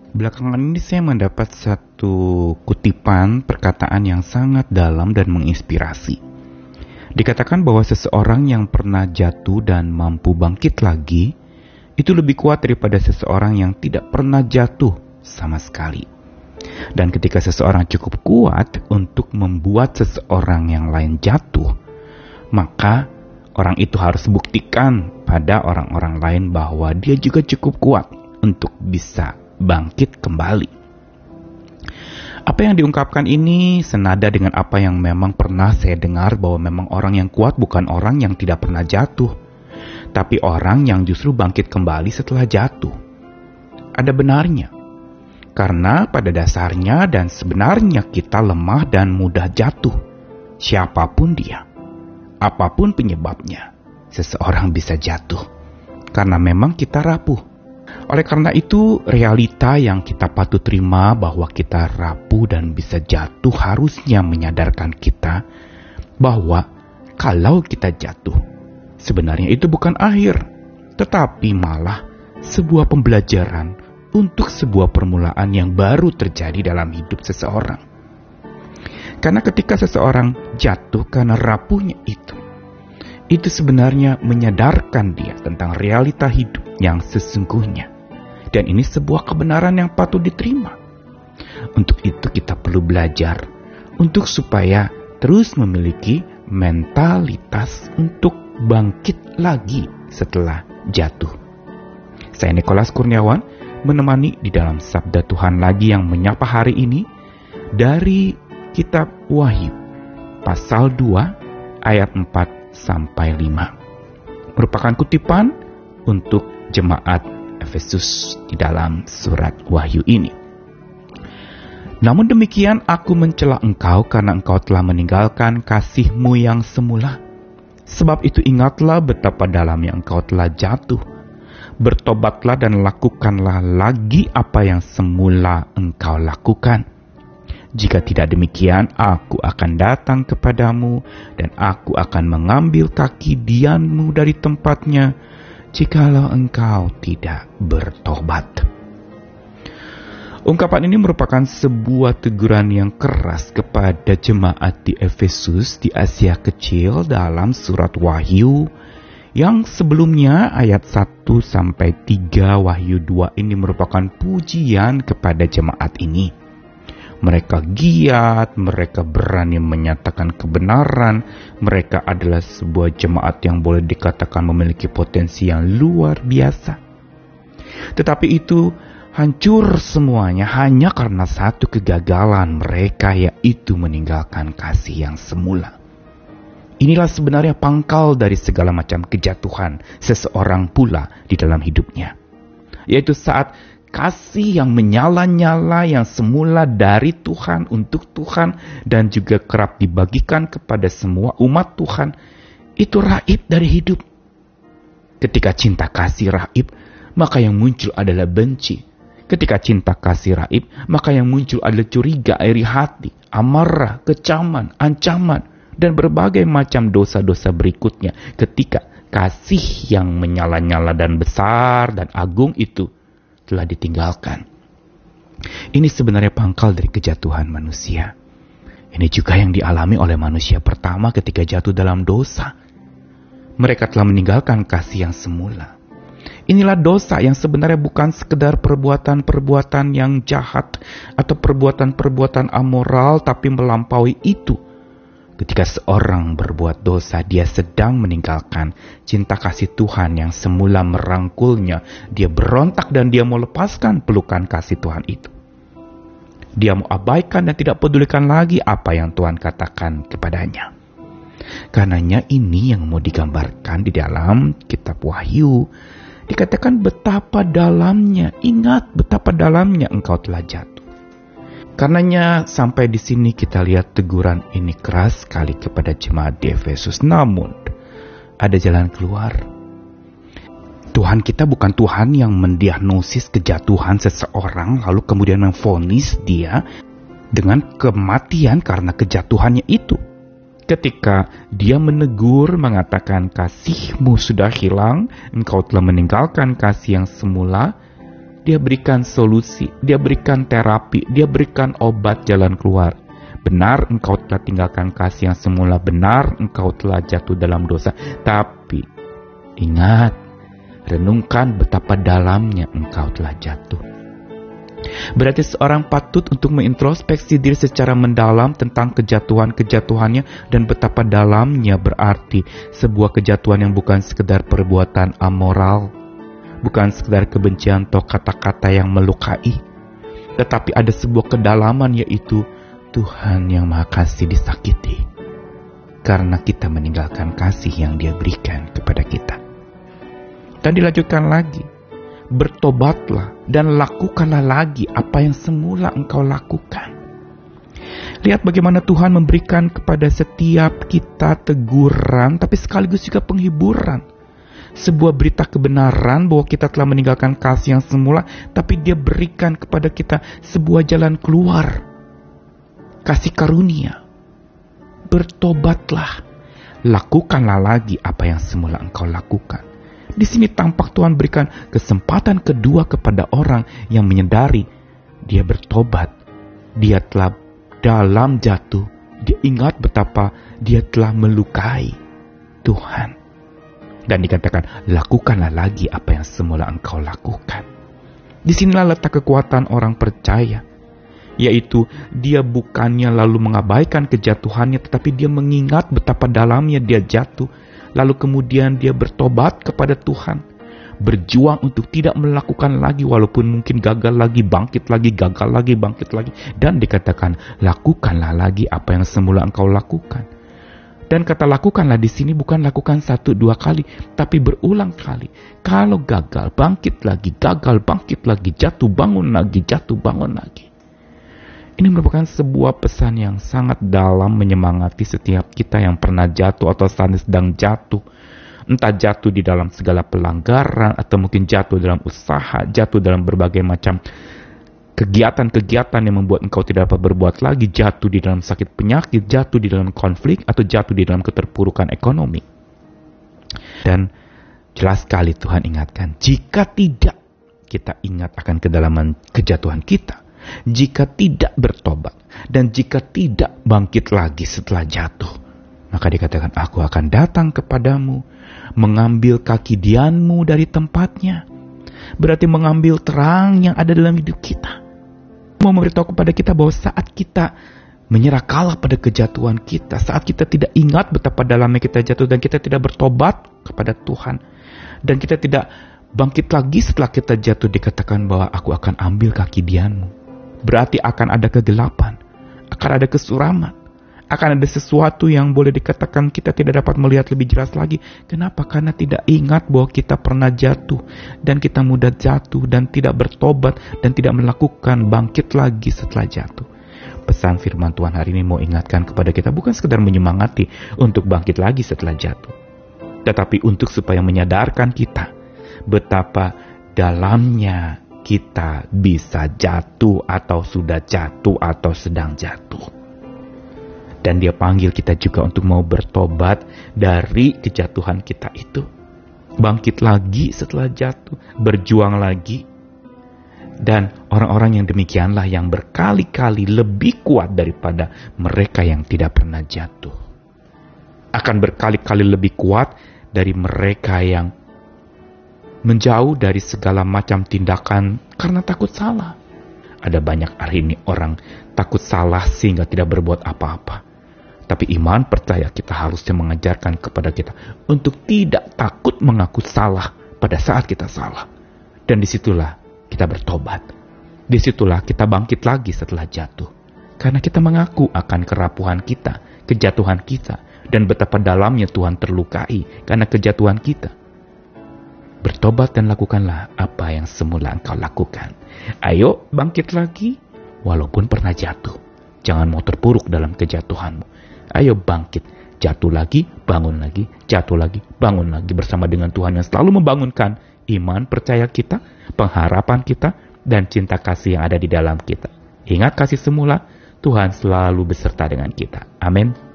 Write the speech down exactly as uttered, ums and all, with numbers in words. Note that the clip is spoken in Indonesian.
Belakangan ini saya mendapat satu kutipan perkataan yang sangat dalam dan menginspirasi. Dikatakan bahwa seseorang yang pernah jatuh dan mampu bangkit lagi, itu lebih kuat daripada seseorang yang tidak pernah jatuh sama sekali. Dan ketika seseorang cukup kuat untuk membuat seseorang yang lain jatuh, maka orang itu harus buktikan pada orang-orang lain bahwa dia juga cukup kuat untuk bisa bangkit kembali. Apa yang diungkapkan ini senada dengan apa yang memang pernah saya dengar, bahwa memang orang yang kuat bukan orang yang tidak pernah jatuh, tapi orang yang justru bangkit kembali setelah jatuh. Ada benarnya, karena pada dasarnya dan sebenarnya kita lemah dan mudah jatuh. Siapapun dia, apapun penyebabnya, seseorang bisa jatuh karena memang kita rapuh. Oleh karena itu, realita yang kita patut terima bahwa kita rapuh dan bisa jatuh harusnya menyadarkan kita bahwa kalau kita jatuh, sebenarnya itu bukan akhir, tetapi malah sebuah pembelajaran untuk sebuah permulaan yang baru terjadi dalam hidup seseorang. Karena ketika seseorang jatuh karena rapuhnya itu, itu sebenarnya menyadarkan dia tentang realita hidup yang sesungguhnya. Dan ini sebuah kebenaran yang patut diterima. Untuk itu kita perlu belajar untuk supaya terus memiliki mentalitas untuk bangkit lagi setelah jatuh. Saya Nikolas Kurniawan menemani di dalam Sabda Tuhan lagi yang menyapa hari ini dari kitab Wahyu pasal dua ayat empat sampai lima. Merupakan kutipan untuk jemaat Efesus di dalam surat Wahyu ini. Namun demikian aku mencela engkau karena engkau telah meninggalkan kasihmu yang semula. Sebab itu ingatlah betapa dalamnya engkau telah jatuh. Bertobatlah dan lakukanlah lagi apa yang semula engkau lakukan. Jika tidak demikian, aku akan datang kepadamu dan aku akan mengambil kaki dianmu dari tempatnya, jikalau engkau tidak bertobat. Ungkapan ini merupakan sebuah teguran yang keras kepada jemaat di Efesus di Asia Kecil dalam surat Wahyu yang sebelumnya ayat satu sampai tiga Wahyu dua ini merupakan pujian kepada jemaat ini. Mereka giat, mereka berani menyatakan kebenaran, mereka adalah sebuah jemaat yang boleh dikatakan memiliki potensi yang luar biasa. Tetapi itu hancur semuanya hanya karena satu kegagalan mereka, yaitu meninggalkan kasih yang semula. Inilah sebenarnya pangkal dari segala macam kejatuhan seseorang pula di dalam hidupnya, yaitu saat kasih yang menyala-nyala yang semula dari Tuhan untuk Tuhan dan juga kerap dibagikan kepada semua umat Tuhan itu raib dari hidup. Ketika cinta kasih raib, maka yang muncul adalah benci. Ketika cinta kasih raib, maka yang muncul adalah curiga, iri hati, amarah, kecaman, ancaman, dan berbagai macam dosa-dosa berikutnya ketika kasih yang menyala-nyala dan besar dan agung itu telah ditinggalkan. Ini sebenarnya pangkal dari kejatuhan manusia. Ini juga yang dialami oleh manusia pertama ketika jatuh dalam dosa. Mereka telah meninggalkan kasih yang semula. Inilah dosa yang sebenarnya bukan sekedar perbuatan-perbuatan yang jahat atau perbuatan-perbuatan amoral, tapi melampaui itu. Ketika seorang berbuat dosa, dia sedang meninggalkan cinta kasih Tuhan yang semula merangkulnya. Dia berontak dan dia mau lepaskan pelukan kasih Tuhan itu. Dia mau abaikan dan tidak pedulikan lagi apa yang Tuhan katakan kepadanya. Karenanya ini yang mau digambarkan di dalam kitab Wahyu. Dikatakan betapa dalamnya, ingat betapa dalamnya engkau telah jatuh. Karenanya sampai di sini kita lihat teguran ini keras sekali kepada jemaat di Efesus. Namun ada jalan keluar. Tuhan kita bukan Tuhan yang mendiagnosis kejatuhan seseorang lalu kemudian memvonis dia dengan kematian karena kejatuhannya itu. Ketika dia menegur mengatakan kasihmu sudah hilang, engkau telah meninggalkan kasih yang semula, Dia berikan solusi, Dia berikan terapi, Dia berikan obat jalan keluar. Benar engkau telah tinggalkan kasih yang semula, benar engkau telah jatuh dalam dosa. Tapi ingat, renungkan betapa dalamnya engkau telah jatuh. Berarti seorang patut untuk mengintrospeksi diri secara mendalam tentang kejatuhan-kejatuhannya dan betapa dalamnya berarti sebuah kejatuhan yang bukan sekedar perbuatan amoral, bukan sekedar kebencian atau kata-kata yang melukai, tetapi ada sebuah kedalaman, yaitu Tuhan yang Maha Kasih disakiti karena kita meninggalkan kasih yang Dia berikan kepada kita. Dan dilanjutkan lagi, bertobatlah dan lakukanlah lagi apa yang semula engkau lakukan. Lihat bagaimana Tuhan memberikan kepada setiap kita teguran, tapi sekaligus juga penghiburan. Sebuah berita kebenaran bahwa kita telah meninggalkan kasih yang semula, tapi Dia berikan kepada kita sebuah jalan keluar. Kasih karunia. Bertobatlah, lakukanlah lagi apa yang semula engkau lakukan. Di sini tampak Tuhan berikan kesempatan kedua kepada orang yang menyadari dia bertobat, dia telah dalam jatuh, dia ingat betapa dia telah melukai Tuhan. Dan dikatakan, lakukanlah lagi apa yang semula engkau lakukan. Disinilah letak kekuatan orang percaya, yaitu dia bukannya lalu mengabaikan kejatuhannya, tetapi dia mengingat betapa dalamnya dia jatuh, lalu kemudian dia bertobat kepada Tuhan, berjuang untuk tidak melakukan lagi, walaupun mungkin gagal lagi, bangkit lagi, gagal lagi, bangkit lagi. Dan dikatakan, lakukanlah lagi apa yang semula engkau lakukan. Dan kata lakukanlah di sini bukan lakukan satu dua kali, tapi berulang kali. Kalau gagal, bangkit lagi, gagal, bangkit lagi, jatuh, bangun lagi, jatuh, bangun lagi. Ini merupakan sebuah pesan yang sangat dalam menyemangati setiap kita yang pernah jatuh atau saat sedang jatuh. Entah jatuh di dalam segala pelanggaran, atau mungkin jatuh dalam usaha, jatuh dalam berbagai macam kegiatan-kegiatan yang membuat engkau tidak dapat berbuat lagi, jatuh di dalam sakit penyakit, jatuh di dalam konflik, atau jatuh di dalam keterpurukan ekonomi. Dan jelas sekali Tuhan ingatkan, jika tidak kita ingat akan kedalaman kejatuhan kita, jika tidak bertobat, dan jika tidak bangkit lagi setelah jatuh, maka dikatakan, aku akan datang kepadamu, mengambil kaki dianmu dari tempatnya. Berarti mengambil terang yang ada dalam hidup kita. Mau memberitahu kepada kita bahwa saat kita menyerah kalah pada kejatuhan kita, saat kita tidak ingat betapa dalamnya kita jatuh, dan kita tidak bertobat kepada Tuhan, dan kita tidak bangkit lagi setelah kita jatuh, dikatakan bahwa aku akan ambil kaki dianmu. Berarti akan ada kegelapan, akan ada kesuraman, akan ada sesuatu yang boleh dikatakan kita tidak dapat melihat lebih jelas lagi. Kenapa? Karena tidak ingat bahwa kita pernah jatuh, dan kita mudah jatuh, dan tidak bertobat, dan tidak melakukan bangkit lagi setelah jatuh. Pesan firman Tuhan hari ini mau ingatkan kepada kita, bukan sekedar menyemangati untuk bangkit lagi setelah jatuh, tetapi untuk supaya menyadarkan kita betapa dalamnya kita bisa jatuh, atau sudah jatuh, atau sedang jatuh. Dan Dia panggil kita juga untuk mau bertobat dari kejatuhan kita itu. Bangkit lagi setelah jatuh, berjuang lagi. Dan orang-orang yang demikianlah yang berkali-kali lebih kuat daripada mereka yang tidak pernah jatuh. Akan berkali-kali lebih kuat dari mereka yang menjauh dari segala macam tindakan karena takut salah. Ada banyak hari ini orang takut salah sehingga tidak berbuat apa-apa. Tapi iman percaya kita harusnya mengajarkan kepada kita untuk tidak takut mengaku salah pada saat kita salah. Dan disitulah kita bertobat. Disitulah kita bangkit lagi setelah jatuh. Karena kita mengaku akan kerapuhan kita, kejatuhan kita, dan betapa dalamnya Tuhan terlukai karena kejatuhan kita. Bertobat dan lakukanlah apa yang semula engkau lakukan. Ayo bangkit lagi, walaupun pernah jatuh. Jangan mau terpuruk dalam kejatuhanmu. Ayo bangkit, jatuh lagi, bangun lagi, jatuh lagi, bangun lagi, bersama dengan Tuhan yang selalu membangunkan iman percaya kita, pengharapan kita, dan cinta kasih yang ada di dalam kita. Ingat kasih semula, Tuhan selalu beserta dengan kita. Amin.